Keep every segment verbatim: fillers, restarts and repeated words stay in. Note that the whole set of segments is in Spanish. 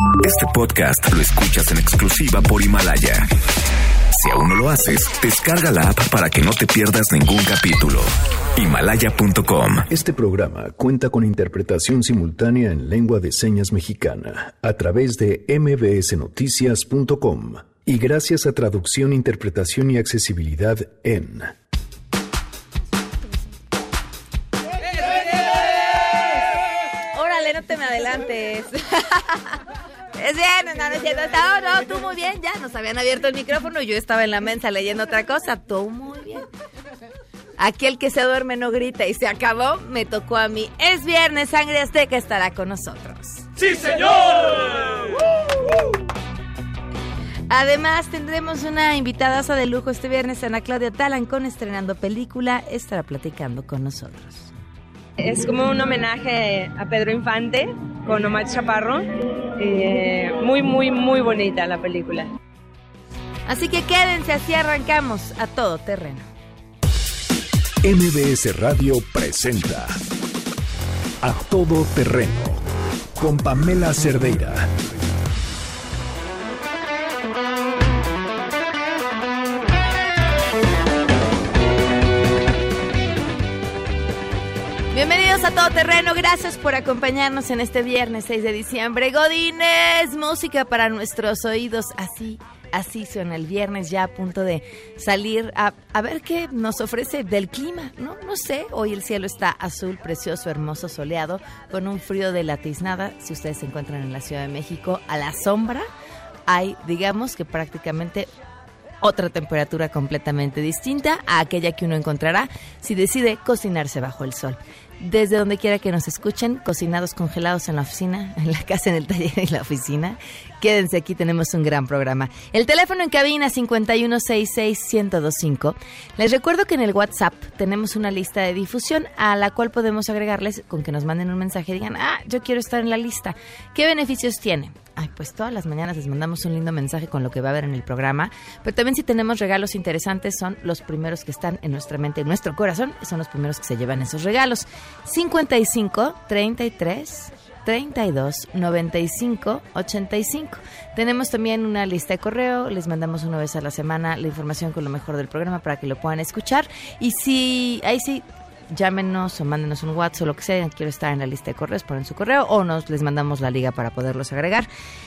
Este podcast lo escuchas en exclusiva por Himalaya. Si aún no lo haces, descarga la app para que no te pierdas ningún capítulo. Himalaya punto com. Este programa cuenta con interpretación simultánea en lengua de señas mexicana a través de eme be ese noticias punto com y gracias a traducción, interpretación y accesibilidad en... Órale, no te me adelantes. Es bien, no, no es cierto. No, no, tú muy bien, ya nos habían abierto el micrófono y yo estaba en la mesa leyendo otra cosa. Tú muy bien. Aquel que se duerme no grita y se acabó, me tocó a mí. Es viernes, Sangre Azteca estará con nosotros. ¡Sí, señor! Además, tendremos una invitadaza de lujo este viernes, Ana Claudia Talancón, estrenando película, estará platicando con nosotros. Es como un homenaje a Pedro Infante con Omar Chaparro. Eh, muy, muy, muy bonita la película. Así que quédense, así arrancamos a todo terreno. eme be ese Radio presenta A Todo Terreno con Pamela Cerdeira. Bienvenidos a Todo Terreno, gracias por acompañarnos en este viernes seis de diciembre. Godines, música para nuestros oídos, así, así suena el viernes, ya a punto de salir a, a ver qué nos ofrece del clima, ¿no? No sé, hoy el cielo está azul, precioso, hermoso, soleado, con un frío de la tiznada. Si ustedes se encuentran en la Ciudad de México, a la sombra, hay, digamos que prácticamente otra temperatura completamente distinta a aquella que uno encontrará si decide cocinarse bajo el sol. Desde donde quiera que nos escuchen, cocinados, congelados en la oficina, en la casa, en el taller y en la oficina, quédense aquí, tenemos un gran programa. El teléfono en cabina cincuenta y uno sesenta y seis, ciento veinticinco. Les recuerdo que en el WhatsApp tenemos una lista de difusión a la cual podemos agregarles con que nos manden un mensaje y digan, ah, yo quiero estar en la lista. ¿Qué beneficios tiene? Ay, pues todas las mañanas les mandamos un lindo mensaje con lo que va a haber en el programa, pero también si tenemos regalos interesantes son los primeros que están en nuestra mente, en nuestro corazón, son los primeros que se llevan esos regalos. cincuenta y cinco, treinta y tres, treinta y dos, noventa y cinco, ochenta y cinco. Tenemos también una lista de correo, les mandamos una vez a la semana la información con lo mejor del programa para que lo puedan escuchar. Y si, ahí sí, llámenos o mándenos un WhatsApp o lo que sea, quiero estar en la lista de correos, ponen su correo o nos les mandamos la liga para poderlos agregar.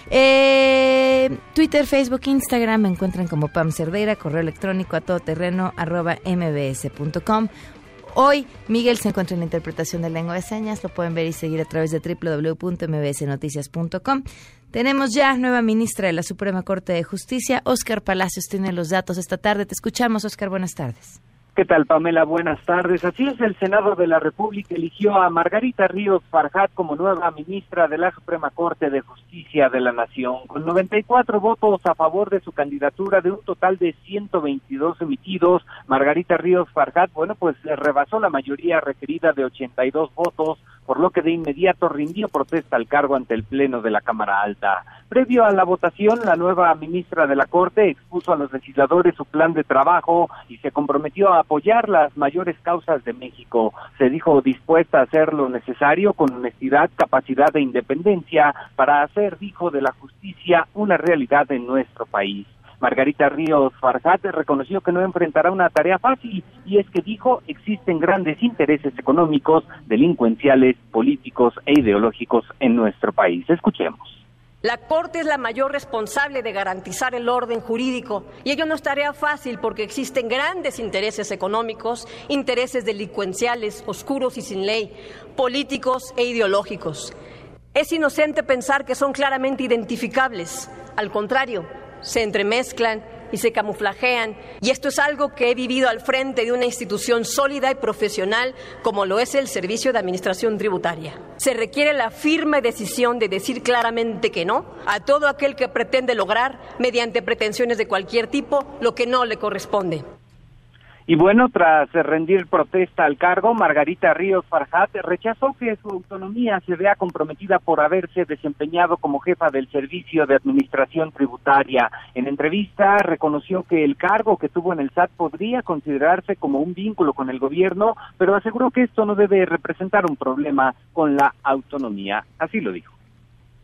Eh, Twitter, Facebook, Instagram, me encuentran como Pam Cerdeira, correo electrónico a todoterreno arroba eme be ese punto com. Hoy Miguel se encuentra en la interpretación de lengua de señas, lo pueden ver y seguir a través de doble u doble u doble u punto eme be ese noticias punto com. Tenemos ya nueva ministra de la Suprema Corte de Justicia, Óscar Palacios tiene los datos esta tarde. Te escuchamos, Óscar, buenas tardes. ¿Qué tal, Pamela? Buenas tardes. Así es, el Senado de la República eligió a Margarita Ríos Farjat como nueva ministra de la Suprema Corte de Justicia de la Nación. Con noventa y cuatro votos a favor de su candidatura, de un total de ciento veintidós emitidos, Margarita Ríos Farjat, bueno, pues rebasó la mayoría requerida de ochenta y dos votos, por lo que de inmediato rindió protesta al cargo ante el Pleno de la Cámara Alta. Previo a la votación, la nueva ministra de la Corte expuso a los legisladores su plan de trabajo y se comprometió a apoyar las mayores causas de México. Se dijo dispuesta a hacer lo necesario con honestidad, capacidad e independencia para hacer, dijo, de la justicia una realidad en nuestro país. Margarita Ríos Farjat reconoció que no enfrentará una tarea fácil y es que, dijo, existen grandes intereses económicos, delincuenciales, políticos e ideológicos en nuestro país. Escuchemos. La Corte es la mayor responsable de garantizar el orden jurídico y ello no es tarea fácil porque existen grandes intereses económicos, intereses delincuenciales, oscuros y sin ley, políticos e ideológicos. Es inocente pensar que son claramente identificables. Al contrario, se entremezclan y se camuflajean, y esto es algo que he vivido al frente de una institución sólida y profesional como lo es el Servicio de Administración Tributaria. Se requiere la firme decisión de decir claramente que no a todo aquel que pretende lograr, mediante pretensiones de cualquier tipo, lo que no le corresponde. Y bueno, tras rendir protesta al cargo, Margarita Ríos Farjat rechazó que su autonomía se vea comprometida por haberse desempeñado como jefa del Servicio de Administración Tributaria. En entrevista reconoció que el cargo que tuvo en el S A T podría considerarse como un vínculo con el gobierno, pero aseguró que esto no debe representar un problema con la autonomía. Así lo dijo.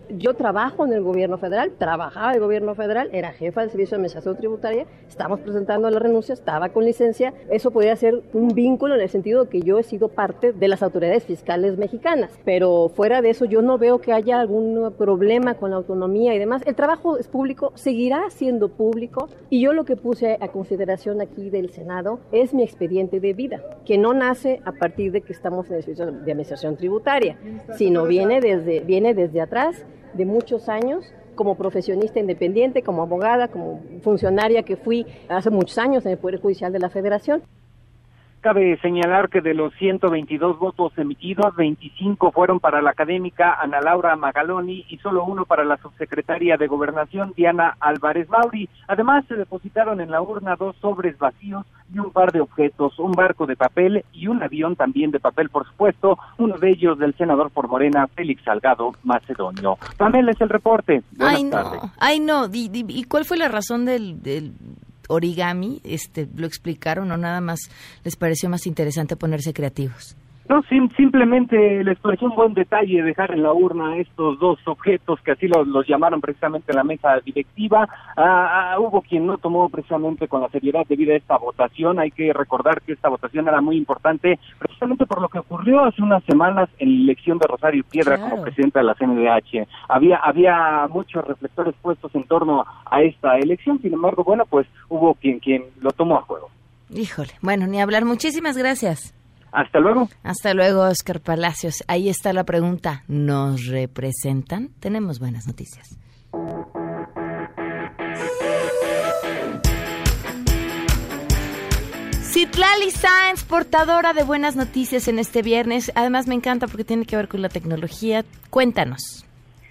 Yo trabajo en el gobierno federal, trabajaba en el gobierno federal, era jefa del Servicio de Administración Tributaria, estamos presentando la renuncia, estaba con licencia. Eso podría ser un vínculo en el sentido de que yo he sido parte de las autoridades fiscales mexicanas, pero fuera de eso yo no veo que haya algún problema con la autonomía y demás. El trabajo es público, seguirá siendo público, y yo lo que puse a consideración aquí del Senado es mi expediente de vida, que no nace a partir de que estamos en el Servicio de Administración Tributaria, sino viene desde, viene desde atrás, de muchos años, como profesionista independiente, como abogada, como funcionaria que fui hace muchos años en el Poder Judicial de la Federación. Cabe señalar que de los ciento veintidós votos emitidos, veinticinco fueron para la académica Ana Laura Magaloni y solo uno para la subsecretaria de Gobernación, Diana Álvarez Mauri. Además, se depositaron en la urna dos sobres vacíos y un par de objetos, un barco de papel y un avión también de papel, por supuesto, uno de ellos del senador por Morena, Félix Salgado Macedonio. Pamela, es el reporte. Buenas Ay, no. tardes. Ay, no. ¿Y, y cuál fue la razón del, del origami? Este, ¿lo explicaron o nada más les pareció más interesante ponerse creativos? No, sim, simplemente les pareció un buen detalle dejar en la urna estos dos objetos que así los, los llamaron precisamente la mesa directiva. Ah, ah, hubo quien no tomó precisamente con la seriedad debida a esta votación. Hay que recordar que esta votación era muy importante precisamente por lo que ocurrió hace unas semanas en la elección de Rosario Piedra claro. como presidenta de la C N D H. Había, había muchos reflectores puestos en torno a esta elección, sin embargo, bueno, pues hubo quien, quien lo tomó a juego. Híjole, bueno, ni hablar. Muchísimas gracias. Hasta luego. Hasta luego, Oscar Palacios. Ahí está la pregunta. ¿Nos representan? Tenemos buenas noticias. Citlali Sáenz, portadora de buenas noticias en este viernes. Además, me encanta porque tiene que ver con la tecnología. Cuéntanos.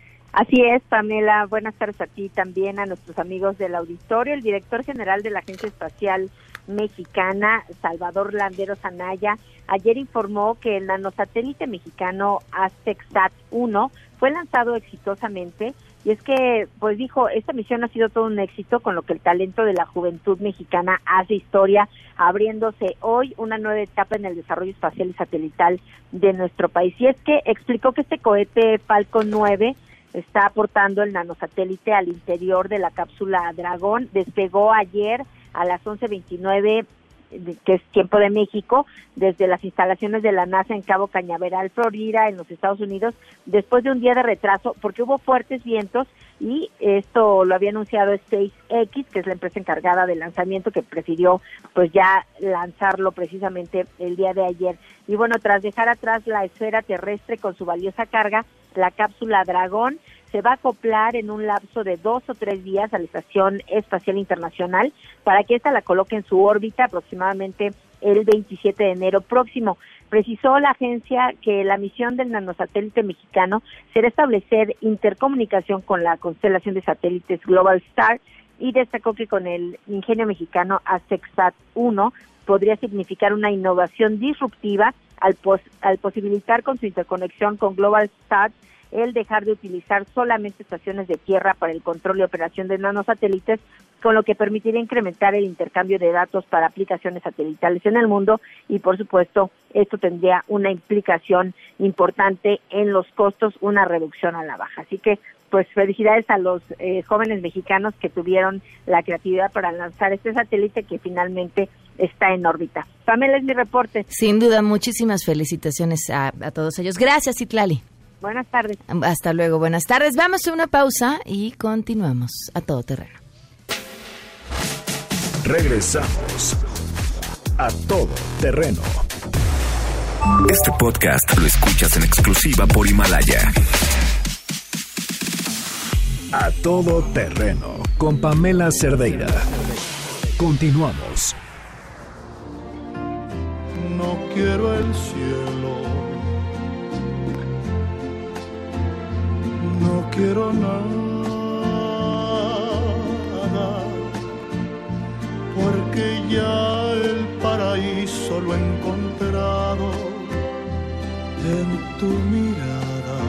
Así es, Pamela. Buenas tardes a ti, también a nuestros amigos del auditorio. El director general de la Agencia Espacial Mexicana, Salvador Landeros Anaya, ayer informó que el nanosatélite mexicano AztecSat uno fue lanzado exitosamente, y es que, pues dijo, esta misión ha sido todo un éxito, con lo que el talento de la juventud mexicana hace historia, abriéndose hoy una nueva etapa en el desarrollo espacial y satelital de nuestro país. Y es que explicó que este cohete Falcon nueve está aportando el nanosatélite al interior de la cápsula Dragón. Despegó ayer a las once veintinueve, que es tiempo de México, desde las instalaciones de la NASA en Cabo Cañaveral, Florida, en los Estados Unidos, después de un día de retraso, porque hubo fuertes vientos, y esto lo había anunciado SpaceX, que es la empresa encargada del lanzamiento, que prefirió pues ya lanzarlo precisamente el día de ayer. Y bueno, tras dejar atrás la esfera terrestre con su valiosa carga, la cápsula Dragón se va a acoplar en un lapso de dos o tres días a la Estación Espacial Internacional para que ésta la coloque en su órbita aproximadamente el veintisiete de enero próximo. Precisó la agencia que la misión del nanosatélite mexicano será establecer intercomunicación con la constelación de satélites Global Star, y destacó que con el ingenio mexicano AztecSat uno podría significar una innovación disruptiva al, pos- al posibilitar con su interconexión con Global Star el dejar de utilizar solamente estaciones de tierra para el control y operación de nanosatélites, con lo que permitiría incrementar el intercambio de datos para aplicaciones satelitales en el mundo, y por supuesto esto tendría una implicación importante en los costos, una reducción a la baja. Así que pues felicidades a los eh, jóvenes mexicanos que tuvieron la creatividad para lanzar este satélite que finalmente está en órbita. Pamela, es mi reporte. Sin duda, muchísimas felicitaciones a, a todos ellos. Gracias, Citlali. Buenas tardes. Hasta luego, buenas tardes. Vamos a una pausa y continuamos a todo terreno. Regresamos a Todo Terreno. Este podcast lo escuchas en exclusiva por Himalaya. A Todo Terreno con Pamela Cerdeira. Continuamos. No quiero el cielo, no quiero nada, porque ya el paraíso lo he encontrado en tu mirada.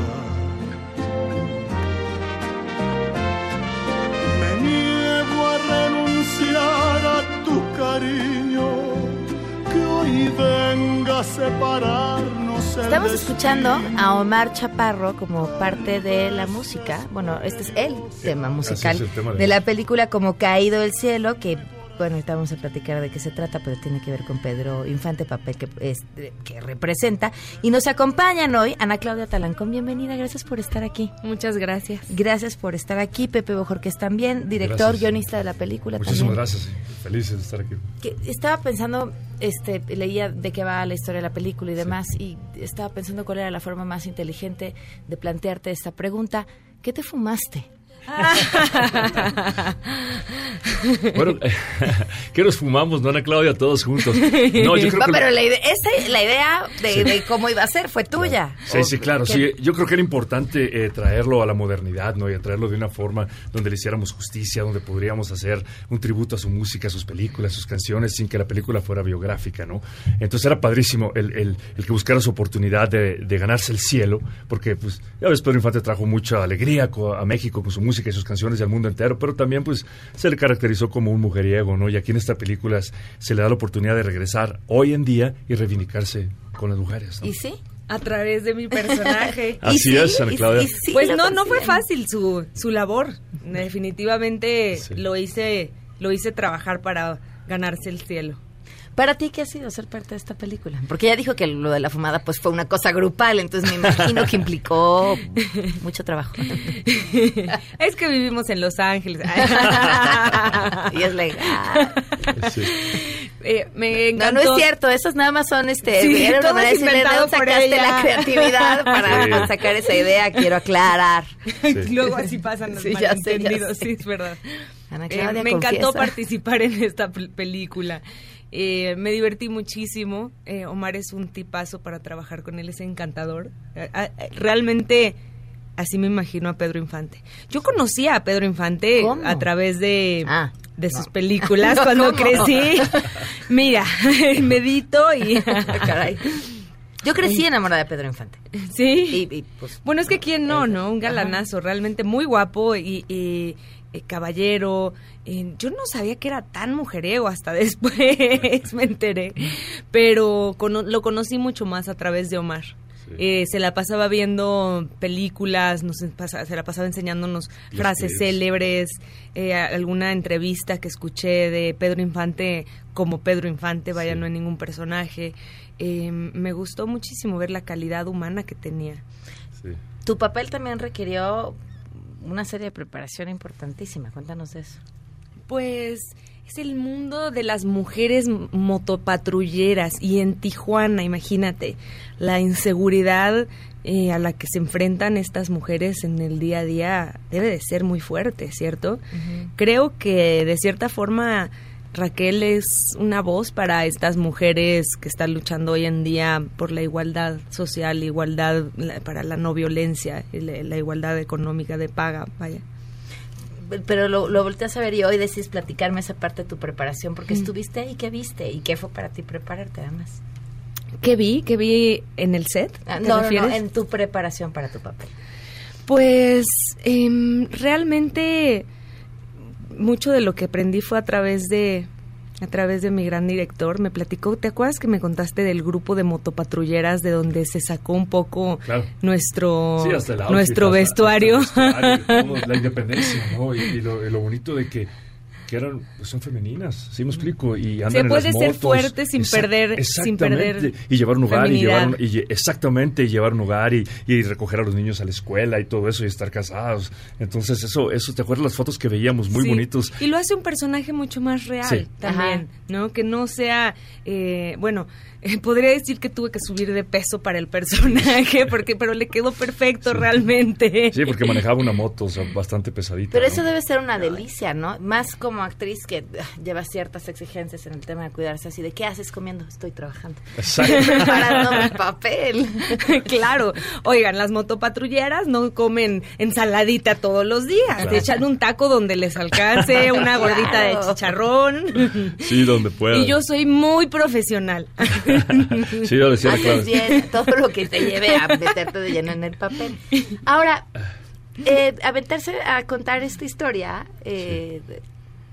Me niego a renunciar a tu cariño, que hoy venga a separarnos. Estamos escuchando a Omar Chaparro como parte de la música. Bueno, este es el tema musical es el tema de... de la película Como Caído del Cielo, que... Bueno, ahorita vamos a platicar de qué se trata, pero tiene que ver con Pedro Infante, papel que, es, que representa. Y nos acompañan hoy Ana Claudia Talancón. Bienvenida, gracias por estar aquí. Muchas gracias. Gracias por estar aquí. Pepe Bojorquez también, director, gracias. Guionista de la película. Muchísimas también. gracias, felices de estar aquí. Que estaba pensando, este, leía de qué va la historia de la película y demás, sí. y estaba pensando cuál era la forma más inteligente de plantearte esta pregunta. ¿Qué te fumaste? Bueno, ¿qué nos fumamos, no, Ana Claudia, todos juntos? No, yo creo no, que pero la idea, esa, la idea de, sí. de cómo iba a ser fue tuya. Sí, o, sí, claro. ¿qué? Sí, yo creo que era importante eh, traerlo a la modernidad, ¿no? Y traerlo de una forma donde le hiciéramos justicia, donde podríamos hacer un tributo a su música, a sus películas, a sus canciones, sin que la película fuera biográfica, ¿no? Entonces era padrísimo el, el, el que buscara su oportunidad de, de ganarse el cielo, porque, pues, ya ves, Pedro Infante trajo mucha alegría a México con su música y sus canciones y al mundo entero, pero también pues se le caracterizó como un mujeriego, ¿no? Y aquí en esta película se le da la oportunidad de regresar hoy en día y reivindicarse con las mujeres, ¿no? ¿Y sí? A través de mi personaje. Así sí? es, Ana Claudia. ¿Y, y sí, pues no, no fue fácil su, su labor. Definitivamente sí. lo hice, lo hice trabajar para ganarse el cielo. ¿Para ti qué ha sido ser parte de esta película? Porque ya dijo que lo de la fumada pues fue una cosa grupal, entonces me imagino que implicó mucho trabajo. Es que vivimos en Los Ángeles. Y es legal. Sí. Eh, me encantó. No, no es cierto, esos nada más son este... Sí, todo es inventado por sacaste ella. La creatividad para sí. sacar esa idea, quiero aclarar. Sí. Luego así pasan los sí, malentendidos, sí, es verdad. Ana Claudia, eh, me confiesa. encantó participar en esta película. Eh, me divertí muchísimo. eh, Omar es un tipazo para trabajar con él, es encantador. Eh, eh, realmente así me imagino a Pedro Infante. Yo conocía a Pedro Infante ¿Cómo? a través de, ah, de no. sus películas no, cuando ¿cómo? crecí. Mira, medito y... Caray. Yo crecí enamorada de Pedro Infante. Sí. Y, y, pues, bueno, es que quién no, ¿no? Un galanazo, ajá. realmente muy guapo y... y Eh, caballero, eh, yo no sabía que era tan mujeriego hasta después me enteré, pero cono- lo conocí mucho más a través de Omar. Sí. Eh, se la pasaba viendo películas, nos pasa, se la pasaba enseñándonos Los frases clips. célebres, eh, alguna entrevista que escuché de Pedro Infante como Pedro Infante, vaya, sí. no hay ningún personaje. Eh, me gustó muchísimo ver la calidad humana que tenía. Sí. Tu papel también requirió una serie de preparación importantísima. Cuéntanos de eso. Pues es el mundo de las mujeres motopatrulleras y en Tijuana, imagínate, la inseguridad eh, a la que se enfrentan estas mujeres en el día a día debe de ser muy fuerte, ¿cierto? Uh-huh. Creo que de cierta forma Raquel es una voz para estas mujeres que están luchando hoy en día por la igualdad social, igualdad la, para la no violencia, la, la igualdad económica de paga, vaya. Pero lo, lo volteas a ver y hoy decís platicarme esa parte de tu preparación, porque mm. estuviste ahí, ¿qué viste? ¿Y qué fue para ti prepararte además? ¿Qué vi? ¿Qué vi en el set? Ah, no, no, no, en tu preparación para tu papel. Pues eh, realmente... mucho de lo que aprendí fue a través de a través de mi gran director. Me platicó, ¿te acuerdas que me contaste del grupo de motopatrulleras de donde se sacó un poco claro. nuestro sí, hasta el outfit, nuestro hasta, vestuario? Hasta el vestuario todo, la independencia, ¿no? Y, y, lo, y lo bonito de que que eran, pues son femeninas, ¿sí me explico? Y andan se en puede las ser motos, fuerte sin exact, perder, sin perder y llevar un hogar y llevar un, y exactamente y llevar un hogar y, y recoger a los niños a la escuela y todo eso y estar casados. Entonces eso, eso te acuerdas las fotos que veíamos muy sí. bonitos. Y lo hace un personaje mucho más real sí. también, Ajá. ¿no? Que no sea, eh, bueno. Eh, podría decir que tuve que subir de peso para el personaje, porque pero le quedó perfecto sí. realmente. Sí, porque manejaba una moto, o sea, bastante pesadita. Pero ¿no? eso debe ser una delicia, ¿no? Más como actriz que uh, lleva ciertas exigencias en el tema de cuidarse, así de ¿qué haces comiendo? Estoy trabajando. Exacto. Preparando mi papel. Claro. Oigan, las motopatrulleras no comen ensaladita todos los días. Claro. Te echan un taco donde les alcance, una gordita claro. de chicharrón. Sí, donde pueda. Y yo soy muy profesional. Sí, yo decía, haces claro. bien todo lo que te lleve a meterte de lleno en el papel. Ahora, eh, aventarse a contar esta historia, eh, sí.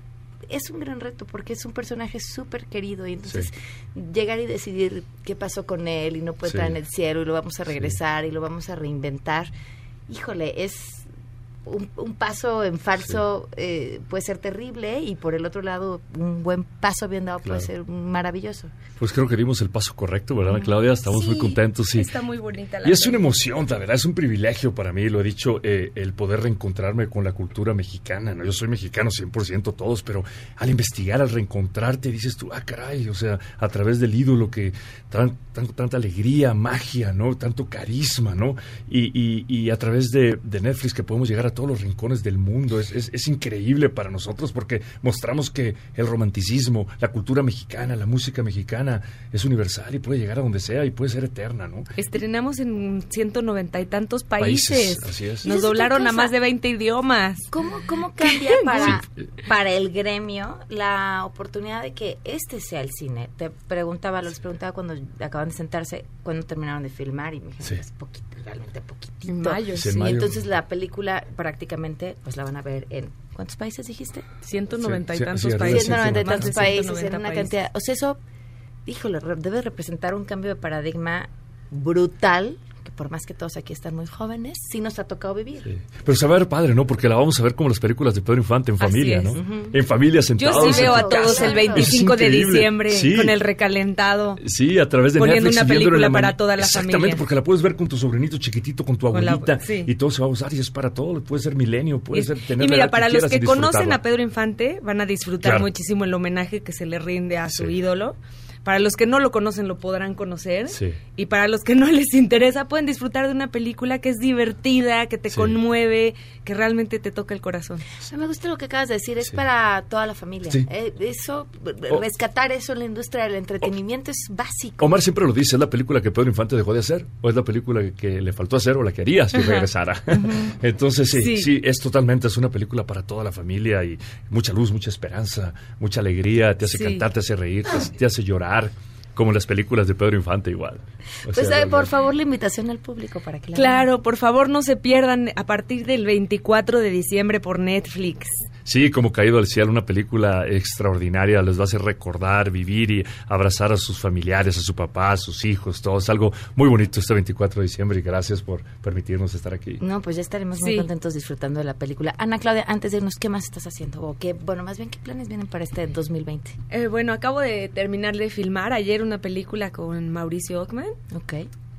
es un gran reto porque es un personaje súper querido y entonces sí. llegar y decidir qué pasó con él y no puede sí. estar en el cielo y lo vamos a regresar sí. y lo vamos a reinventar, híjole, es un, un paso en falso sí. eh, puede ser terrible y por el otro lado un buen paso bien dado claro. puede ser maravilloso. Pues creo que dimos el paso correcto, ¿verdad, Claudia? Estamos sí, muy contentos. Sí. Está muy bonita la Y es una emoción, la verdad, es un privilegio para mí, lo he dicho, eh, el poder reencontrarme con la cultura mexicana, ¿no? Yo soy mexicano cien por ciento todos, pero al investigar, al reencontrarte, dices tú, ah, caray, o sea, a través del ídolo que tan, tan, tanta alegría, magia, ¿no? Tanto carisma, ¿no? Y, y, y a través de, de Netflix que podemos llegar a todos los rincones del mundo, es, es, es increíble para nosotros porque mostramos que el romanticismo, la cultura mexicana, la música mexicana, es universal y puede llegar a donde sea y puede ser eterna, ¿no? Estrenamos en ciento noventa y tantos países. países así es. Nos doblaron a más de veinte idiomas. ¿Cómo, cómo cambia para, para el gremio la oportunidad de que este sea el cine? Te preguntaba, les preguntaba cuando acaban de sentarse, cuando terminaron de filmar y me dijeron, sí. es poquito, realmente poquitito. En mayo, sí. sí. Y entonces la película prácticamente pues la van a ver en... ¿Cuántos países dijiste? ciento noventa y tantos sí, sí, países. ciento noventa y tantos países, ciento noventa en una países. cantidad... O sea, eso... Híjole, debe representar un cambio de paradigma brutal, que por más que todos aquí están muy jóvenes, sí nos ha tocado vivir. Sí. Pero se va a ver padre, ¿no? Porque la vamos a ver como las películas de Pedro Infante, en familia, ¿no? Uh-huh. En familia, sentados. Yo sí veo en a todos casa. el veinticinco de diciembre sí. con el recalentado. Sí, a través de poniendo Netflix. una película la para toda la Exactamente, familia. porque la puedes ver con tu sobrinito chiquitito, con tu abuelita, la, sí. y todo se va a usar y es para todo. Puede ser milenio, puede y, ser tener Y la mira, edad para que los que conocen y a Pedro Infante, van a disfrutar claro. muchísimo el homenaje que se le rinde a su sí. ídolo. Para los que no lo conocen, lo podrán conocer. Sí. Y para los que no les interesa, pueden disfrutar de una película que es divertida, que te sí. conmueve, que realmente te toca el corazón. Me gusta lo que acabas de decir, es sí. para toda la familia. Sí. Eh, eso, oh. rescatar eso en la industria del entretenimiento oh. es básico. Omar siempre lo dice, ¿es la película que Pedro Infante dejó de hacer? ¿O es la película que le faltó hacer o la que haría si Ajá. regresara? Uh-huh. Entonces, sí, sí, sí, es totalmente, es una película para toda la familia y mucha luz, mucha esperanza, mucha alegría, te hace sí. cantar, te hace reír, te, te hace llorar. Como las películas de Pedro Infante igual. O pues sea, por favor, la invitación al público para que la Claro, vean. Por favor, no se pierdan a partir del veinticuatro de diciembre por Netflix. Sí, como Caído al Cielo, una película extraordinaria, les va a hacer recordar, vivir y abrazar a sus familiares, a su papá, a sus hijos, todo. Es algo muy bonito este veinticuatro de diciembre y gracias por permitirnos estar aquí. No, pues ya estaremos muy sí. contentos disfrutando de la película. Ana Claudia, antes de irnos, ¿qué más estás haciendo? O qué, bueno, más bien, ¿qué planes vienen para este dos mil veinte? Eh, bueno, acabo de terminar de filmar ayer una película con Mauricio Ockman. Ok.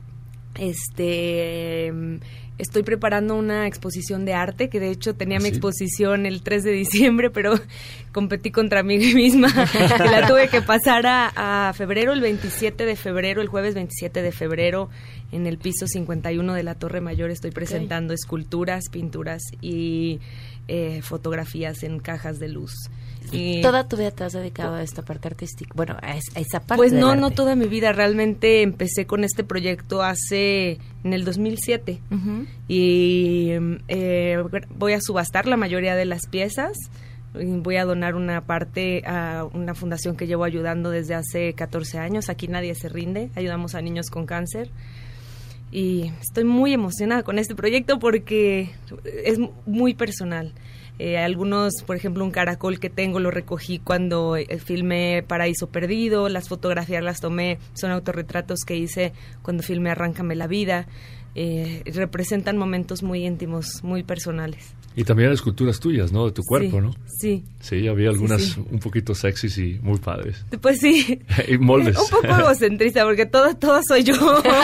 Este... Estoy preparando una exposición de arte, que de hecho tenía ¿Ah, mi sí? exposición el tres de diciembre, pero competí contra mí misma. Y la tuve que pasar a, a febrero, el veintisiete de febrero, el jueves veintisiete de febrero, en el piso cincuenta y uno de la Torre Mayor. Estoy presentando okay. esculturas, pinturas y eh, fotografías en cajas de luz. Y ¿Toda tu vida te has dedicado a esta parte artística? Bueno, a, es, a esa parte Pues del no, arte. no toda mi vida. Realmente empecé con este proyecto hace... en el dos mil siete. Uh-huh. Y eh, voy a subastar la mayoría de las piezas. Voy a donar una parte a una fundación que llevo ayudando desde hace catorce años. Aquí nadie se rinde. Ayudamos a niños con cáncer. Y estoy muy emocionada con este proyecto porque es muy personal. Eh, algunos, por ejemplo, un caracol que tengo lo recogí cuando eh, filmé Paraíso Perdido, las fotografías las tomé, son autorretratos que hice cuando filmé Arráncame la Vida, eh, representan momentos muy íntimos, muy personales. Y también esculturas tuyas, ¿no? De tu cuerpo, sí, ¿no? Sí. Sí, había algunas sí, sí. un poquito sexys y muy padres. Pues sí. Y moldes. Un poco egocentrista, porque toda, toda soy yo.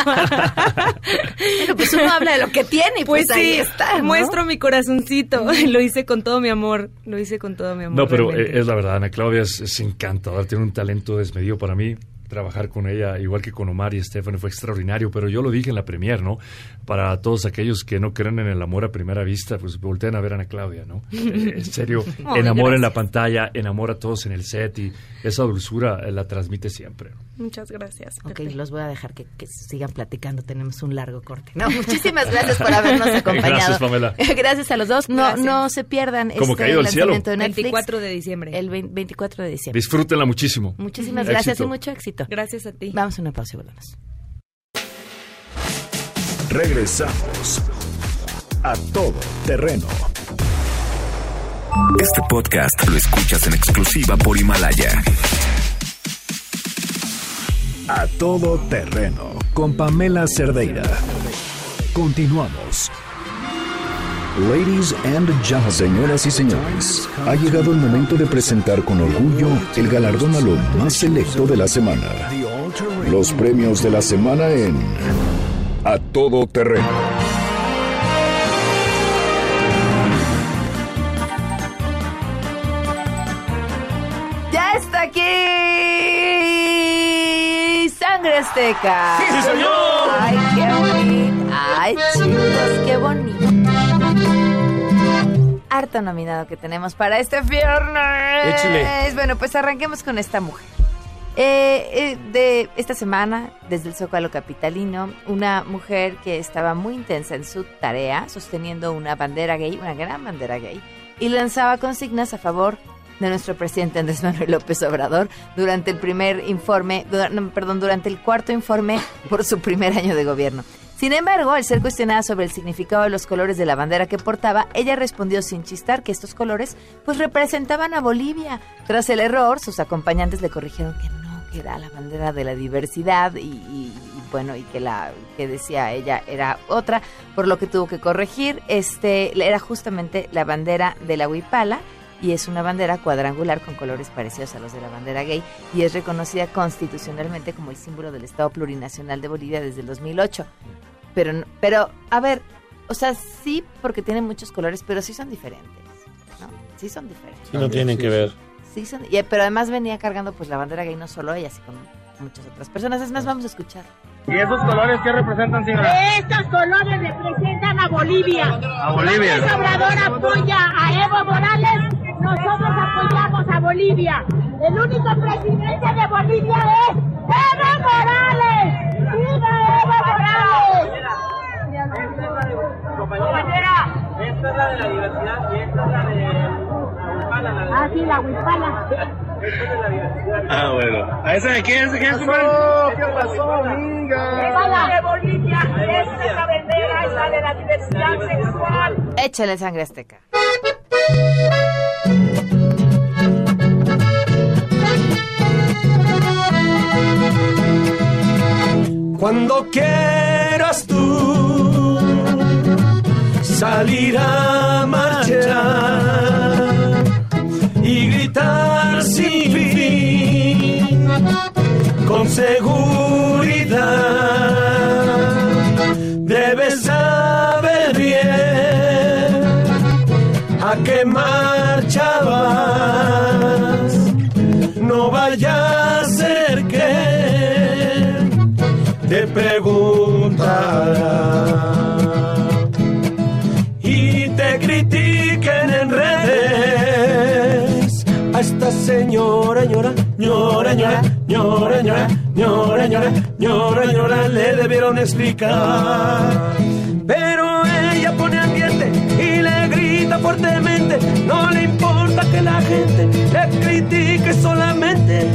Bueno, pues uno habla de lo que tiene y pues, pues ahí sí, está, ¿no? Muestro mi corazoncito. Lo hice con todo mi amor. Lo hice con todo mi amor. No, pero realmente. Es la verdad, Ana Claudia es, es encantadora, tiene un talento desmedido para mí. Trabajar con ella, igual que con Omar y Stephanie, fue extraordinario, pero yo lo dije en la premier, ¿no? Para todos aquellos que no creen en el amor a primera vista, pues volteen a ver a Ana Claudia, ¿no? Eh, en serio, Ay, enamora gracias. en la pantalla, enamora a todos en el set y esa dulzura eh, la transmite siempre. Muchas gracias. Ok, Pepe. los voy a dejar que, que sigan platicando, tenemos un largo corte. No, muchísimas gracias por habernos acompañado. Gracias, Pamela. Gracias a los dos. No, Gracias. no se pierdan Como este Caído al cielo. lanzamiento de Netflix. veinticuatro de diciembre. El veinticuatro de diciembre. Disfrútenla muchísimo. Muchísimas Éxito. gracias y mucho éxito. Gracias a ti. Vamos a una pausa y volvemos. Regresamos a Todo Terreno. Este podcast lo escuchas en exclusiva por Himalaya. A todo terreno con Pamela Cerdeira. Continuamos. Ladies and gentlemen, señoras y señores, ha llegado el momento de presentar con orgullo el galardón a lo más selecto de la semana. Los premios de la semana en A Todo Terreno. ¡Ya está aquí! ¡Sangre Azteca! ¡Sí, señor! ¡Ay, qué bonito! ¡Ay, chicos, qué bonito! Harto nominado que tenemos para este viernes. Échale. Bueno, pues arranquemos con esta mujer. Eh, eh, de esta semana, desde el Zócalo capitalino, una mujer que estaba muy intensa en su tarea, sosteniendo una bandera gay, una gran bandera gay, y lanzaba consignas a favor de nuestro presidente Andrés Manuel López Obrador durante el primer informe, du- no, perdón, durante el cuarto informe por su primer año de gobierno. Sin embargo, al ser cuestionada sobre el significado de los colores de la bandera que portaba, ella respondió sin chistar que estos colores pues representaban a Bolivia. Tras el error, sus acompañantes le corrigieron que no, que era la bandera de la diversidad y, y, y bueno, y que la que decía ella era otra, por lo que tuvo que corregir. Este era justamente la bandera de la Huipala, y es una bandera cuadrangular con colores parecidos a los de la bandera gay y es reconocida constitucionalmente como el símbolo del Estado Plurinacional de Bolivia desde el dos mil ocho. Pero, no- pero a ver, o sea, sí, porque tienen muchos colores, pero sí son diferentes, ¿no? Sí son diferentes. Sí, no tienen que ver. Sí son, y, pero además venía cargando pues la bandera gay, no solo ella, sino con muchas otras personas. Es más, vamos a escuchar. ¿Y esos colores qué representan, señora? Estos colores representan a Bolivia. A Bolivia. López Obrador apoya a Evo Morales, nosotros apoyamos a Bolivia. El único presidente de Bolivia es Evo Morales. ¡Viva Evo Morales! Compañera, esta es la de la diversidad y esta es la de la Huipala. La de Ah, sí, la Huipala. Esta es de la diversidad. Ah, bueno. ¿A esa de quién? ¿De quién es, compadre? ¿Qué pasó, amiga? Huipala de Bolivia, esta es la bandera, es la de la diversidad sexual. Échale Sangre Azteca. Cuando quieras tú salir a marchar y gritar sin fin, con seguridad, debes saber bien a qué marcha vas. No vaya a ser que te preguntará y te critiquen en redes. A esta señora, ñora, ñora, ñora, ñora, ñora, ñora, ñora, ñora, ñora, le debieron explicar. Pero ella pone ambiente y le grita fuertemente. No le importa que la gente le critique solamente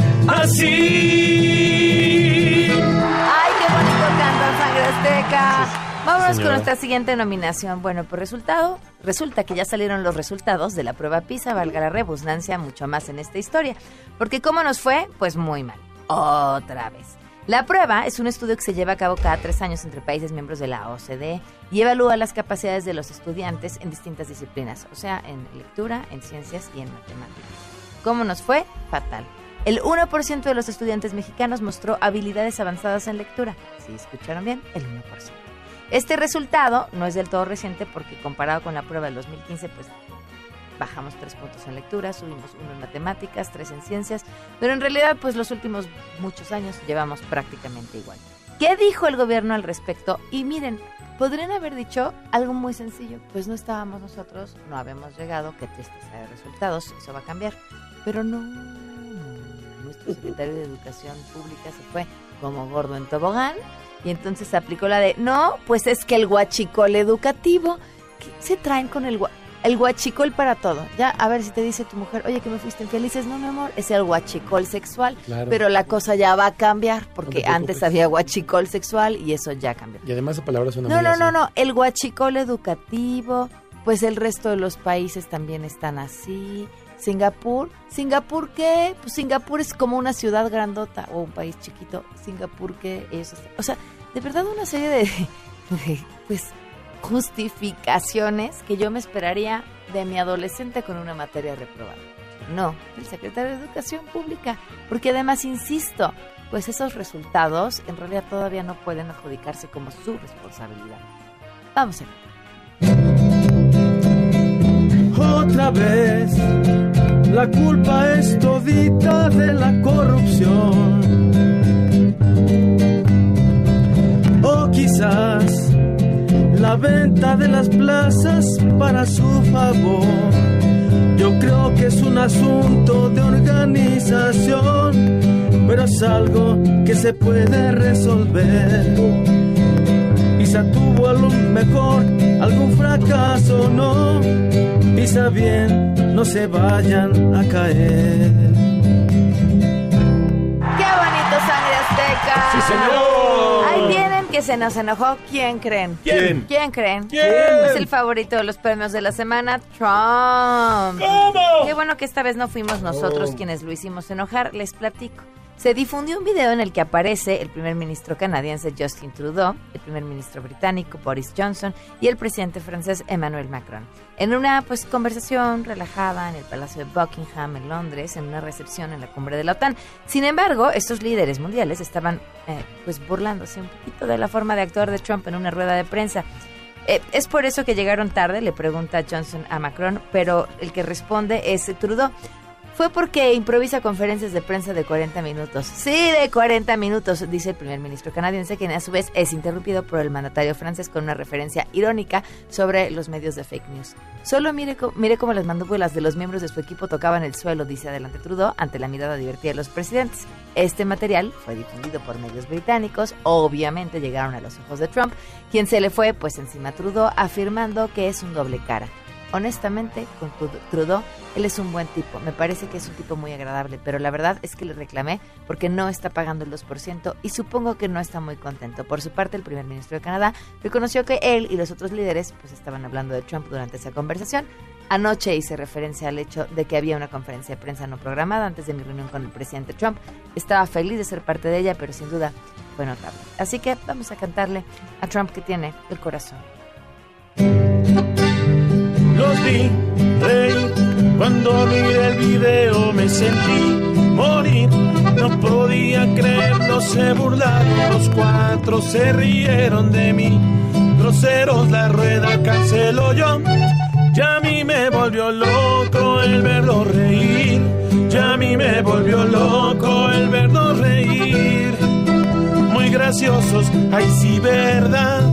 así. ¡Ay, qué bonito canta Sangre Azteca! Vámonos señora. con nuestra siguiente nominación. Bueno, por resultado, resulta que ya salieron los resultados de la prueba PISA, valga la redundancia, mucho más en esta historia. Porque ¿cómo nos fue? Pues muy mal. Otra vez. La prueba es un estudio que se lleva a cabo cada tres años entre países miembros de la O C D E y evalúa las capacidades de los estudiantes en distintas disciplinas, o sea, en lectura, en ciencias y en matemáticas. ¿Cómo nos fue? Fatal. El uno por ciento de los estudiantes mexicanos mostró habilidades avanzadas en lectura. ¿Sí escucharon bien? El uno por ciento. Este resultado no es del todo reciente porque comparado con la prueba del dos mil quince, pues bajamos tres puntos en lectura, subimos uno en matemáticas, tres en ciencias, pero en realidad pues los últimos muchos años llevamos prácticamente igual. ¿Qué dijo el gobierno al respecto? Y miren, podrían haber dicho algo muy sencillo, pues no estábamos nosotros, no habíamos llegado, qué tristeza de resultados, eso va a cambiar, pero no, nuestro secretario de Educación Pública se fue como gordo en tobogán y entonces aplicó la de, no, pues es que el guachicol educativo, ¿qué se traen con el guachicol? El guachicol para todo. Ya, a ver si te dice tu mujer, oye, que me fuiste infiel, dices, no, mi amor, es el guachicol sexual. Claro. Pero la cosa ya va a cambiar, porque No te antes preocupes. había guachicol sexual y eso ya cambió. Y además esa palabra suena No, muy no, así. no, no, el guachicol educativo, pues el resto de los países también están así. Singapur, ¿Singapur qué? Pues Singapur es como una ciudad grandota o un país chiquito. Singapur qué es, o sea, de verdad una serie de, de pues justificaciones que yo me esperaría de mi adolescente con una materia reprobada. No, el secretario de Educación Pública, porque además, insisto, pues esos resultados en realidad todavía no pueden adjudicarse como su responsabilidad. Vamos a ver. Otra vez, la culpa es todita de la corrupción. O quizás la venta de las plazas para su favor. Yo creo que es un asunto de organización, pero es algo que se puede resolver. Quizá tuvo a lo mejor algún fracaso, no. Pisa bien, no se vayan a caer. ¡Qué bonito, Sangre Azteca! ¡Sí, señor! Ahí vienen que se nos enojó. ¿Quién creen? ¿Quién? ¿Quién creen? ¿Quién? Es el favorito de los premios de la semana, Trump. ¿Cómo? Qué bueno que esta vez no fuimos nosotros Oh. quienes lo hicimos enojar. Les platico. Se difundió un video en el que aparece el primer ministro canadiense Justin Trudeau, el primer ministro británico Boris Johnson y el presidente francés Emmanuel Macron, en una pues conversación relajada en el Palacio de Buckingham en Londres, en una recepción en la cumbre de la OTAN. Sin embargo, estos líderes mundiales estaban eh, pues burlándose un poquito de la forma de actuar de Trump en una rueda de prensa. Eh, es por eso que llegaron tarde, le pregunta Johnson a Macron, pero el que responde es Trudeau. Fue porque improvisa conferencias de prensa de cuarenta minutos. Sí, de cuarenta minutos, dice el primer ministro canadiense, quien a su vez es interrumpido por el mandatario francés con una referencia irónica sobre los medios de fake news. Solo mire, mire cómo las mandíbulas de los miembros de su equipo tocaban el suelo, dice adelante Trudeau, ante la mirada divertida de los presidentes. Este material fue difundido por medios británicos, obviamente llegaron a los ojos de Trump, quien se le fue pues encima a Trudeau, afirmando que es un doble cara. Honestamente, con Trudeau, él es un buen tipo. Me parece que es un tipo muy agradable, pero la verdad es que le reclamé porque no está pagando el dos por ciento y supongo que no está muy contento. Por su parte, el primer ministro de Canadá reconoció que él y los otros líderes pues estaban hablando de Trump durante esa conversación. Anoche hice referencia al hecho de que había una conferencia de prensa no programada antes de mi reunión con el presidente Trump. Estaba feliz de ser parte de ella, pero sin duda fue notable. Así que vamos a cantarle a Trump, que tiene el corazón. Los vi reír, cuando miré el video me sentí morir. No podía creerlo, se burlaron, los cuatro se rieron de mí. Groseros, la rueda canceló yo. Ya a mí me volvió loco el verlo reír. Ya a mí me volvió loco el verlo reír. Muy graciosos, ay sí, verdad.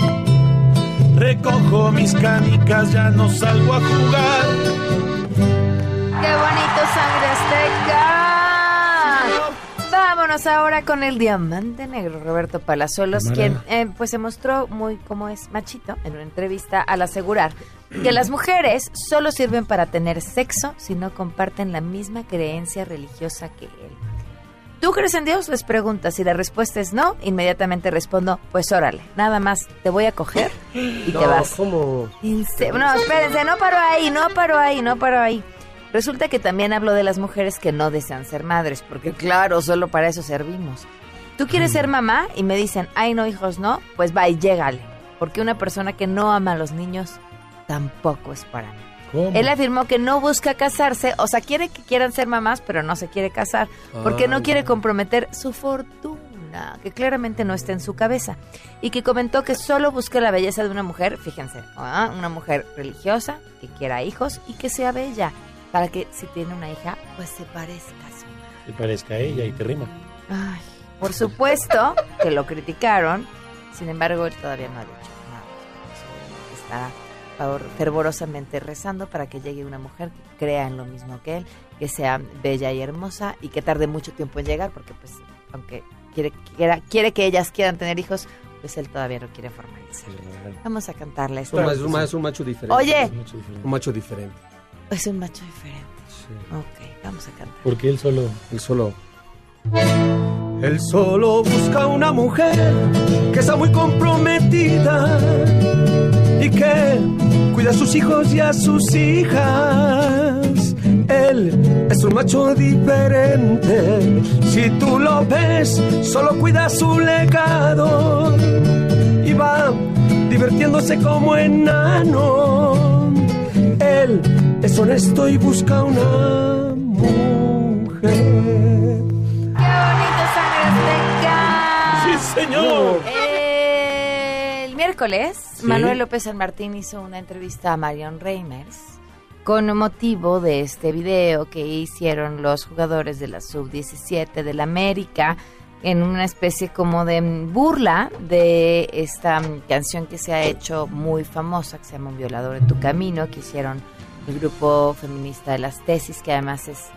Recojo mis canicas, ya no salgo a jugar. ¡Qué bonito, Sangre Azteca! Vámonos ahora con el diamante negro, Roberto Palazuelos, quien eh, pues se mostró muy como es machito en una entrevista al asegurar que las mujeres solo sirven para tener sexo si no comparten la misma creencia religiosa que él. ¿Tú crees en Dios? Les pregunta. Si la respuesta es no, inmediatamente respondo, pues órale, nada más te voy a coger y no, te vas. ¿Cómo? Inse- no, espérense, no paro ahí, no paro ahí, no paro ahí. Resulta que también hablo de las mujeres que no desean ser madres, porque claro, solo para eso servimos. ¿Tú quieres ser mamá? Y me dicen, ay no, hijos, no, pues va y llégale. Porque una persona que no ama a los niños tampoco es para mí. ¿Cómo? Él afirmó que no busca casarse, o sea, quiere que quieran ser mamás, pero no se quiere casar, porque no Ay, quiere no. comprometer su fortuna, que claramente no está en su cabeza, y que comentó que solo busca la belleza de una mujer, fíjense, ¿ah? Una mujer religiosa, que quiera hijos y que sea bella, para que si tiene una hija, pues se parezca a su madre. Se parezca a ella y te rima. Ay, por supuesto que lo criticaron, sin embargo, él todavía no ha dicho nada. Está fervorosamente rezando para que llegue una mujer que crea en lo mismo que él, que sea bella y hermosa y que tarde mucho tiempo en llegar, porque pues aunque quiere, quiera, quiere que ellas quieran tener hijos, pues él todavía no quiere formalizar. Vamos a cantarle Es un, esto. es un- es un macho diferente. Oye. Es un macho diferente. Un macho diferente. Es un macho diferente. Ok, vamos a cantar. Porque él solo, él solo. Él solo busca una mujer que está muy comprometida y que cuida a sus hijos y a sus hijas. Él es un macho diferente. Si tú lo ves, solo cuida su legado y va divirtiéndose como enano. Él es honesto y busca una mujer. ¡Qué bonito, Sangre Azteca! ¡Sí, señor! El miércoles, ¿Sí? Manuel López San Martín hizo una entrevista a Marion Reimers con motivo de este video que hicieron los jugadores de la sub diecisiete del América en una especie como de burla de esta canción que se ha hecho muy famosa, que se llama Un violador en tu camino, que hicieron el grupo feminista de las tesis, que además es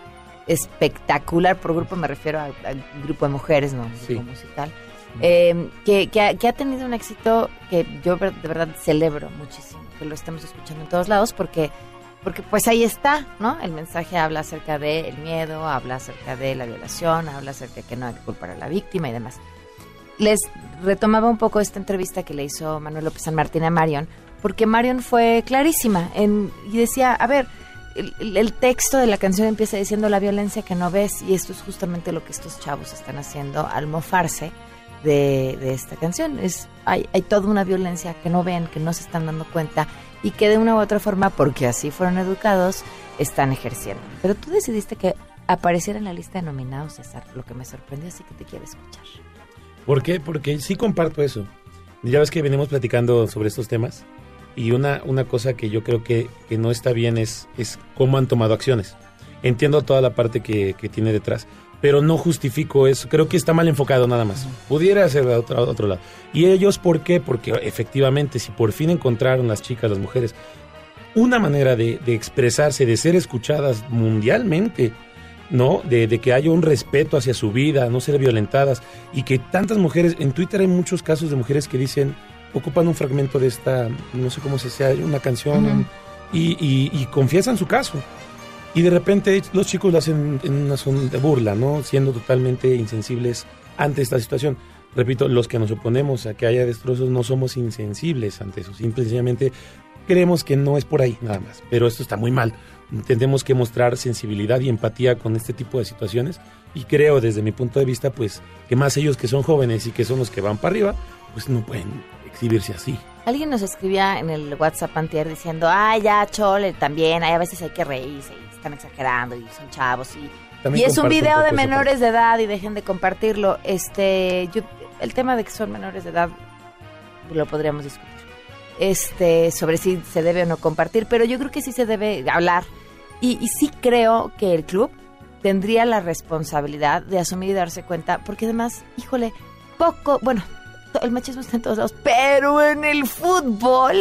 espectacular. Por grupo me refiero al grupo de mujeres, no un grupo sí. musical. Eh, que, que, ha, que ha tenido un éxito que yo de verdad celebro muchísimo, que lo estemos escuchando en todos lados, porque porque pues ahí está, ¿no? El mensaje habla acerca del miedo, habla acerca de la violación, habla acerca de que no hay que culpar a la víctima y demás. Les retomaba un poco esta entrevista que le hizo Manuel López San Martín a Marion, porque Marion fue clarísima en, y decía, a ver, el, el texto de la canción empieza diciendo la violencia que no ves, y esto es justamente lo que estos chavos están haciendo al mofarse de, de esta canción. Es, hay, hay toda una violencia que no ven, que no se están dando cuenta, y que de una u otra forma, porque así fueron educados, están ejerciendo. Pero tú decidiste que apareciera en la lista de nominados, César, lo que me sorprendió, así que te quiero escuchar. ¿Por qué? Porque sí comparto eso. Ya ves que venimos platicando sobre estos temas, y una, una cosa que yo creo que, que no está bien es, es cómo han tomado acciones. Entiendo toda la parte que, que tiene detrás, pero no justifico eso. Creo que está mal enfocado nada más. Pudiera ser de otro, otro lado. ¿Y ellos por qué? Porque efectivamente, si por fin encontraron las chicas, las mujeres, una manera de, de expresarse, de ser escuchadas mundialmente, ¿no? De, de que haya un respeto hacia su vida, no ser violentadas, y que tantas mujeres, en Twitter hay muchos casos de mujeres que dicen, ocupan un fragmento de esta, no sé cómo se sea, una canción, uh-huh. y, y, y confiesan su caso. Y de repente los chicos lo hacen en una zona de burla, ¿no? Siendo totalmente insensibles ante esta situación. Repito, los que nos oponemos a que haya destrozos no somos insensibles ante eso. Simple y sencillamente creemos que no es por ahí, nada más. Pero esto está muy mal. Tenemos que mostrar sensibilidad y empatía con este tipo de situaciones. Y creo, desde mi punto de vista, pues, que más ellos que son jóvenes y que son los que van para arriba, pues no pueden exhibirse así. Alguien nos escribía en el WhatsApp antier diciendo, ay, ya, chole, también, ay, a veces hay que reírse y están exagerando y son chavos y, y es un video un de menores de edad y dejen de compartirlo. Este, yo, el tema de que son menores de edad lo podríamos discutir, este, sobre si se debe o no compartir, pero yo creo que sí se debe hablar y, y sí creo que el club tendría la responsabilidad de asumir y darse cuenta, porque además, híjole, poco, bueno, el machismo está en todos lados, pero en el fútbol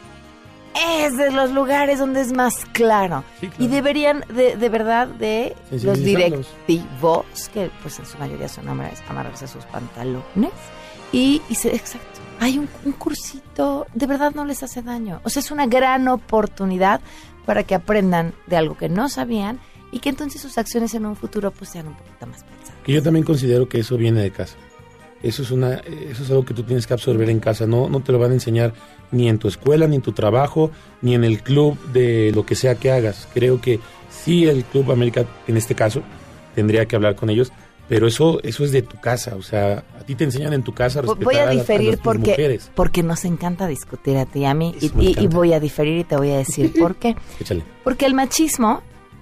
es de los lugares donde es más claro. Sí, claro. Y deberían, de, de verdad, de los directivos, que pues en su mayoría son hombres, amarrarse sus pantalones. Y, y se, exacto, hay un, un cursito, de verdad no les hace daño. O sea, es una gran oportunidad para que aprendan de algo que no sabían y que entonces sus acciones en un futuro pues sean un poquito más pensadas. Que yo también considero que eso viene de casa. Eso es una, eso es algo que tú tienes que absorber en casa. No, no te lo van a enseñar ni en tu escuela, ni en tu trabajo, ni en el club de lo que sea que hagas. Creo que sí, el Club América, en este caso, tendría que hablar con ellos, pero eso, eso es de tu casa. O sea, a ti te enseñan en tu casa a respetar voy a diferir a, las, a porque, mujeres. Porque nos encanta discutir a ti y a mí, y, y, y voy a diferir y te voy a decir por qué. Échale. Porque el machismo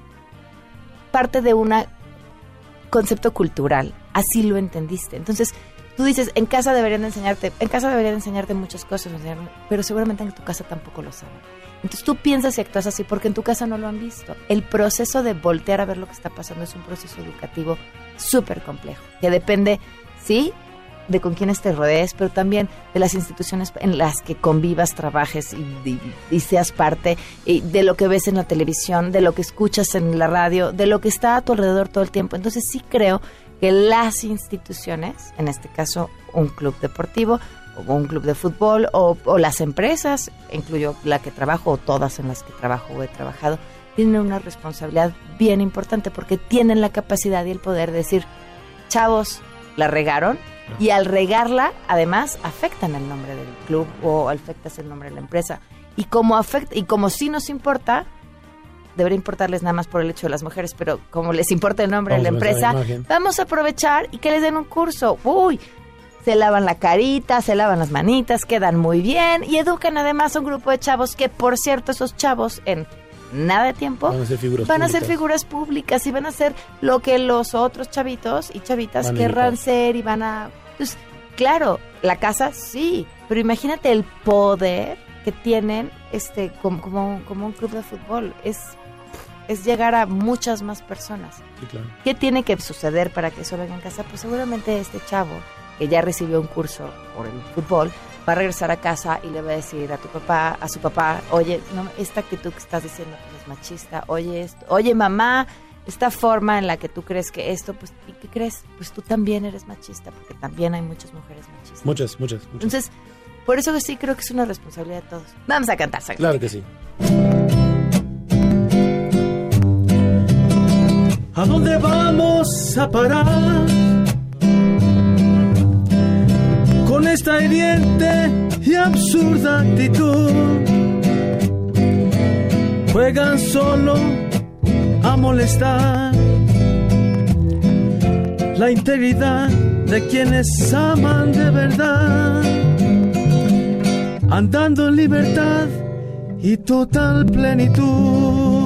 parte de un concepto cultural, así lo entendiste. Entonces, tú dices, en casa deberían de enseñarte, en casa deberían de enseñarte muchas cosas, pero seguramente en tu casa tampoco lo saben. Entonces tú piensas y actúas así porque en tu casa no lo han visto. El proceso de voltear a ver lo que está pasando es un proceso educativo súper complejo, que depende, sí, de con quiénes te rodees, pero también de las instituciones en las que convivas, trabajes y, y, y seas parte, y de lo que ves en la televisión, de lo que escuchas en la radio, de lo que está a tu alrededor todo el tiempo. Entonces sí creo que las instituciones, en este caso un club deportivo o un club de fútbol o, o las empresas, incluyo la que trabajo o todas en las que trabajo o he trabajado, tienen una responsabilidad bien importante porque tienen la capacidad y el poder de decir, chavos, la regaron, y al regarla además afectan el nombre del club o afectas el nombre de la empresa. Y como afecta, y como sí nos importa, debería importarles nada más por el hecho de las mujeres, pero como les importa el nombre Vamos de la empresa, la vamos a aprovechar y que les den un curso. Uy, se lavan la carita, se lavan las manitas, quedan muy bien y educan además a un grupo de chavos que, por cierto, esos chavos en nada de tiempo van a ser figuras van a públicas. ser figuras públicas y van a ser lo que los otros chavitos y chavitas Van a querrán imitar. ser y van a... Pues, claro, la casa sí, pero imagínate el poder que tienen este como, como, como un club de fútbol. Es, es llegar a muchas más personas. Sí, claro. ¿Qué tiene que suceder para que eso venga en casa? Pues seguramente este chavo que ya recibió un curso por el fútbol va a regresar a casa y le va a decir a tu papá, a su papá, oye, no, esta actitud que estás diciendo que es machista, oye esto, oye mamá, esta forma en la que tú crees que esto, pues, ¿y qué crees? Pues tú también eres machista, porque también hay muchas mujeres machistas. Muchas, muchas, muchas. Entonces, por eso que sí creo que es una responsabilidad de todos. Vamos a cantar, Sangre. Claro que sí. ¿A dónde vamos a parar? Con esta hiriente y absurda actitud, juegan solo a molestar la integridad de quienes aman de verdad, andando en libertad y total plenitud.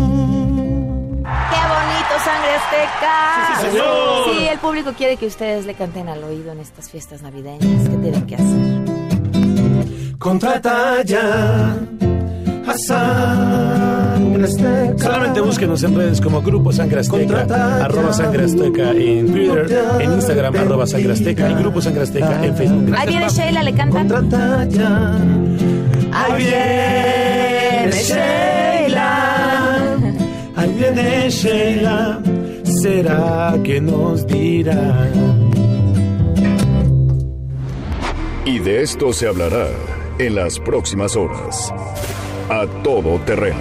Sangre Azteca. Sí, sí, señor. Sí, el público quiere que ustedes le canten al oído en estas fiestas navideñas. ¿Qué tienen que hacer? Contrata ya a Sangre Azteca. Solamente búsquenos en redes como Grupo Sangre Azteca, arroba Sangre Azteca en Twitter, en Instagram, arroba Sangre Azteca y Grupo Sangre Azteca en Facebook. Gracias, Ahí viene Pam. Sheila, le cantan. Contrata ya. Ahí viene Sheila. Ahí viene Sheila, ¿será que nos dirá? Y de esto se hablará en las próximas horas. A todo terreno.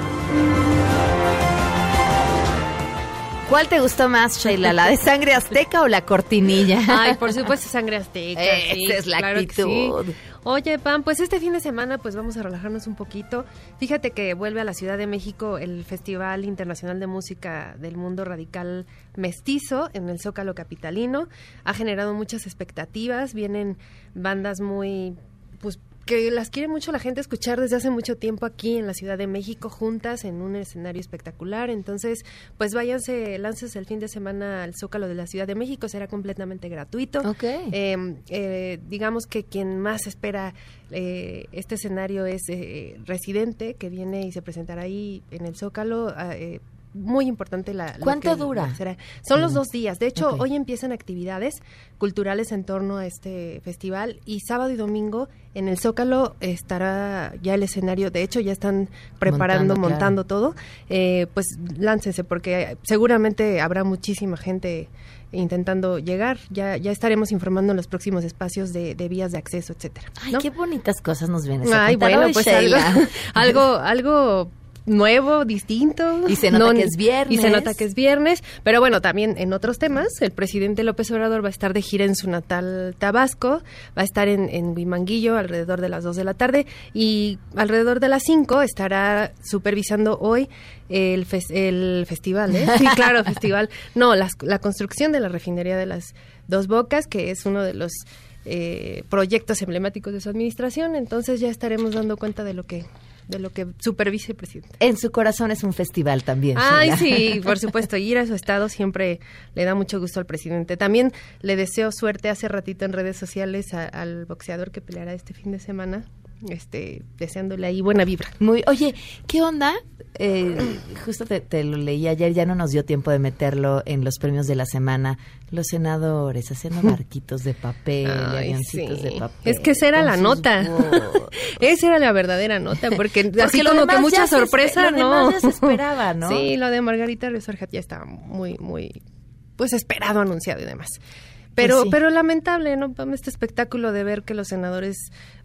¿Cuál te gustó más, Sheila? ¿La de Sangre Azteca o la cortinilla? Ay, por supuesto, Sangre Azteca. Esa sí, es la claro que actitud. sí. Oye, Pam, pues este fin de semana pues vamos a relajarnos un poquito. Fíjate que vuelve a la Ciudad de México el Festival Internacional de Música del Mundo Radical Mestizo en el Zócalo Capitalino. Ha generado muchas expectativas, vienen bandas muy, pues, que las quiere mucho la gente escuchar desde hace mucho tiempo aquí en la Ciudad de México, juntas en un escenario espectacular. Entonces, pues váyanse, láncense el fin de semana al Zócalo de la Ciudad de México, será completamente gratuito. Ok. Eh, eh, digamos que quien más espera eh, este escenario es eh, Residente, que viene y se presentará ahí en el Zócalo. Eh, muy importante la... ¿Cuánto que, dura? Será. Son los Mm. dos días. De hecho, Ok. hoy empiezan actividades culturales en torno a este festival y sábado y domingo en el Zócalo estará ya el escenario. De hecho, ya están preparando, Montando, montando, todo. Eh, pues láncense porque seguramente habrá muchísima gente intentando llegar. Ya ya estaremos informando en los próximos espacios de, de vías de acceso, etcétera. Ay, ¿no? qué bonitas cosas nos vienes a Ay, contar bueno, hoy, pues Sheila. algo, algo, algo nuevo, distinto. Y se nota que es viernes. Y se nota que es viernes. Pero bueno, también en otros temas, el presidente López Obrador va a estar de gira en su natal Tabasco, va a estar en, en Huimanguillo alrededor de las dos de la tarde y alrededor de las cinco estará supervisando hoy el, fes- el festival, ¿eh? Sí, claro, festival. No, las- la construcción de la refinería de las Dos Bocas, que es uno de los eh, proyectos emblemáticos de su administración. Entonces ya estaremos dando cuenta de lo que de lo que supervise el presidente. En su corazón es un festival también. Ay, Sheila. sí, por supuesto. Ir a su estado siempre le da mucho gusto al presidente. También le deseo suerte hace ratito en redes sociales a- al boxeador que peleará este fin de semana, este, deseándole ahí buena vibra. Muy, oye, ¿qué onda? Eh, justo te, te lo leí ayer, ya no nos dio tiempo de meterlo en los premios de la semana. Los senadores haciendo barquitos de papel, Ay, avioncitos sí. de papel. Es que esa era con la sus nota. voz. Esa era la verdadera nota, porque, así lo como que demás mucha ya se espe- sorpresa, lo ¿no? demás ya se esperaba, ¿no? Sí, lo de Margarita Resorjat ya estaba muy, muy, pues esperado, anunciado y demás. Pero, Pues sí. pero lamentable, ¿no? Este espectáculo de ver que los senadores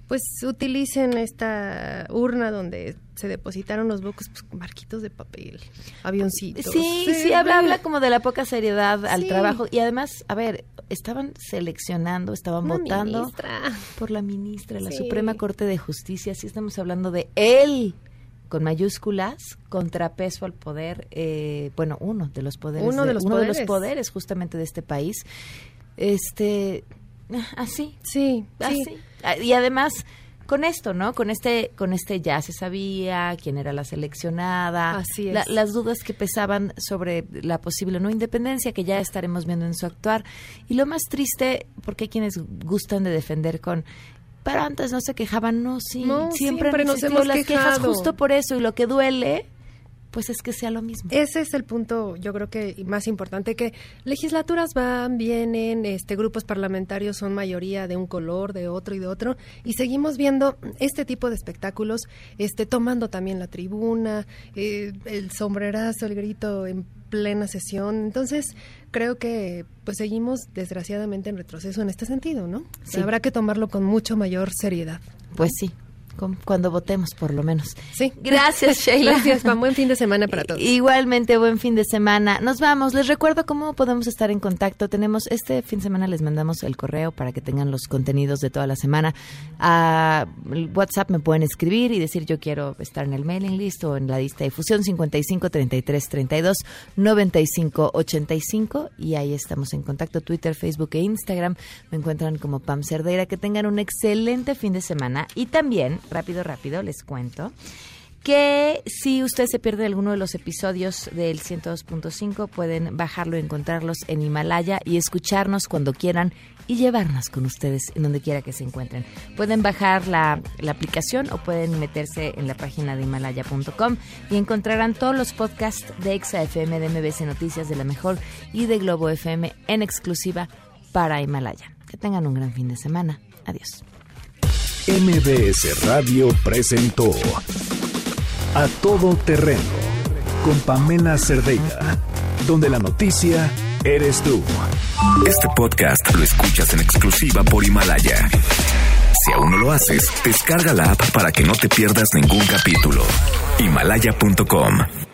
pues utilicen esta urna donde se depositaron los votos, pues, marquitos de papel, avioncitos. Sí, sí, sí habla, habla como de la poca seriedad al sí. trabajo. Y además, a ver, estaban seleccionando, estaban Una votando ministra. por la ministra de la sí. Suprema Corte de Justicia. Sí estamos hablando de él, con mayúsculas, contrapeso al poder, eh, bueno, uno de los poderes, uno de los uno poderes, de los poderes justamente de este país. Este, así, sí, así. Sí. Y además, con esto, ¿no? Con este, con este ya se sabía quién era la seleccionada, así es. La, las dudas que pesaban sobre la posible no independencia, que ya estaremos viendo en su actuar. Y lo más triste, porque hay quienes gustan de defender con... Pero antes no se quejaban, no, sí, no, siempre, siempre nos hemos las quejado. Quejas justo por eso, y lo que duele, pues es que sea lo mismo. Ese es el punto, yo creo que más importante, que legislaturas van, vienen, este grupos parlamentarios son mayoría de un color, de otro y de otro, y seguimos viendo este tipo de espectáculos, este tomando también la tribuna, eh, el sombrerazo, el grito en plena sesión. Entonces, creo que pues seguimos desgraciadamente en retroceso en este sentido, ¿no? Sí. Habrá que tomarlo con mucho mayor seriedad. Pues sí. Cuando votemos, por lo menos. Sí. Gracias, Sheila. Gracias, Juan. Buen fin de semana para todos. Igualmente, buen fin de semana. Nos vamos. Les recuerdo cómo podemos estar en contacto. Tenemos este fin de semana, les mandamos el correo para que tengan los contenidos de toda la semana. A WhatsApp me pueden escribir y decir yo quiero estar en el mailing list o en la lista de difusión cincuenta y cinco, treinta y tres, treinta y dos, noventa y cinco, ochenta y cinco, y ahí estamos en contacto. Twitter, Facebook e Instagram me encuentran como Pam Cerdeira. Que tengan un excelente fin de semana. Y también, rápido, rápido, les cuento que si usted se pierde alguno de los episodios del ciento dos punto cinco, pueden bajarlo y encontrarlos en Himalaya y escucharnos cuando quieran y llevarnos con ustedes en donde quiera que se encuentren. Pueden bajar la, la aplicación o pueden meterse en la página de himalaya punto com y encontrarán todos los podcasts de Exa F M, de M B C Noticias, de La Mejor y de Globo F M en exclusiva para Himalaya. Que tengan un gran fin de semana. Adiós. M B S Radio presentó A Todo Terreno con Pamela Cerdeira, donde la noticia eres tú. Este podcast lo escuchas en exclusiva por Himalaya. Si aún no lo haces, descarga la app para que no te pierdas ningún capítulo. Himalaya punto com